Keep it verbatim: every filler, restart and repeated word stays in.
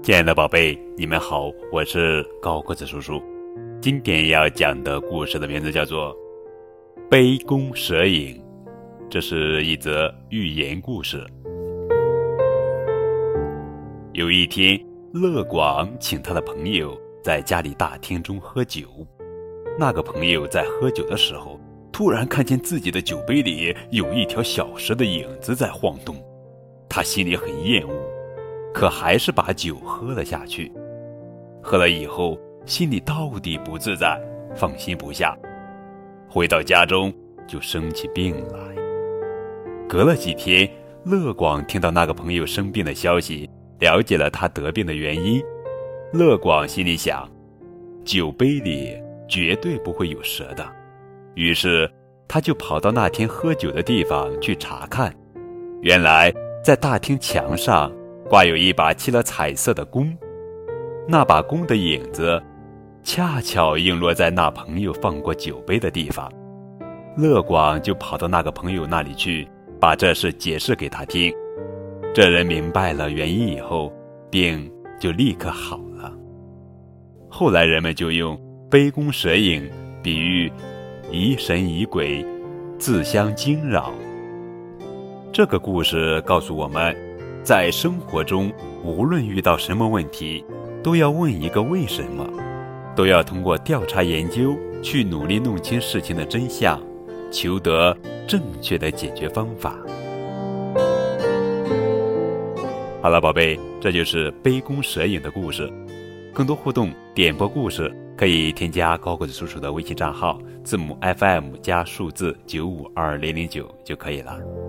亲爱的宝贝，你们好，我是高个子叔叔。今天要讲的故事的名字叫做《杯弓蛇影》，这是一则寓言故事。有一天，乐广请他的朋友在家里大厅中喝酒。那个朋友在喝酒的时候，突然看见自己的酒杯里有一条小蛇的影子在晃动，他心里很厌恶，可还是把酒喝了下去。喝了以后，心里到底不自在，放心不下。回到家中就生起病来。隔了几天，乐广听到那个朋友生病的消息，了解了他得病的原因。乐广心里想，酒杯里绝对不会有蛇的，于是他就跑到那天喝酒的地方去查看。原来在大厅墙上挂有一把漆了彩色的弓，那把弓的影子恰巧映落在那朋友放过酒杯的地方。乐广就跑到那个朋友那里去，把这事解释给他听。这人明白了原因以后，病就立刻好了。后来人们就用杯弓蛇影比喻疑神疑鬼，自相惊扰。这个故事告诉我们，在生活中无论遇到什么问题，都要问一个为什么，都要通过调查研究去努力弄清事情的真相，求得正确的解决方法。好了，宝贝，这就是杯弓蛇影的故事。更多互动点播故事可以添加高个子叔叔的微信账号，字母 F M 加数字九五二零零九就可以了。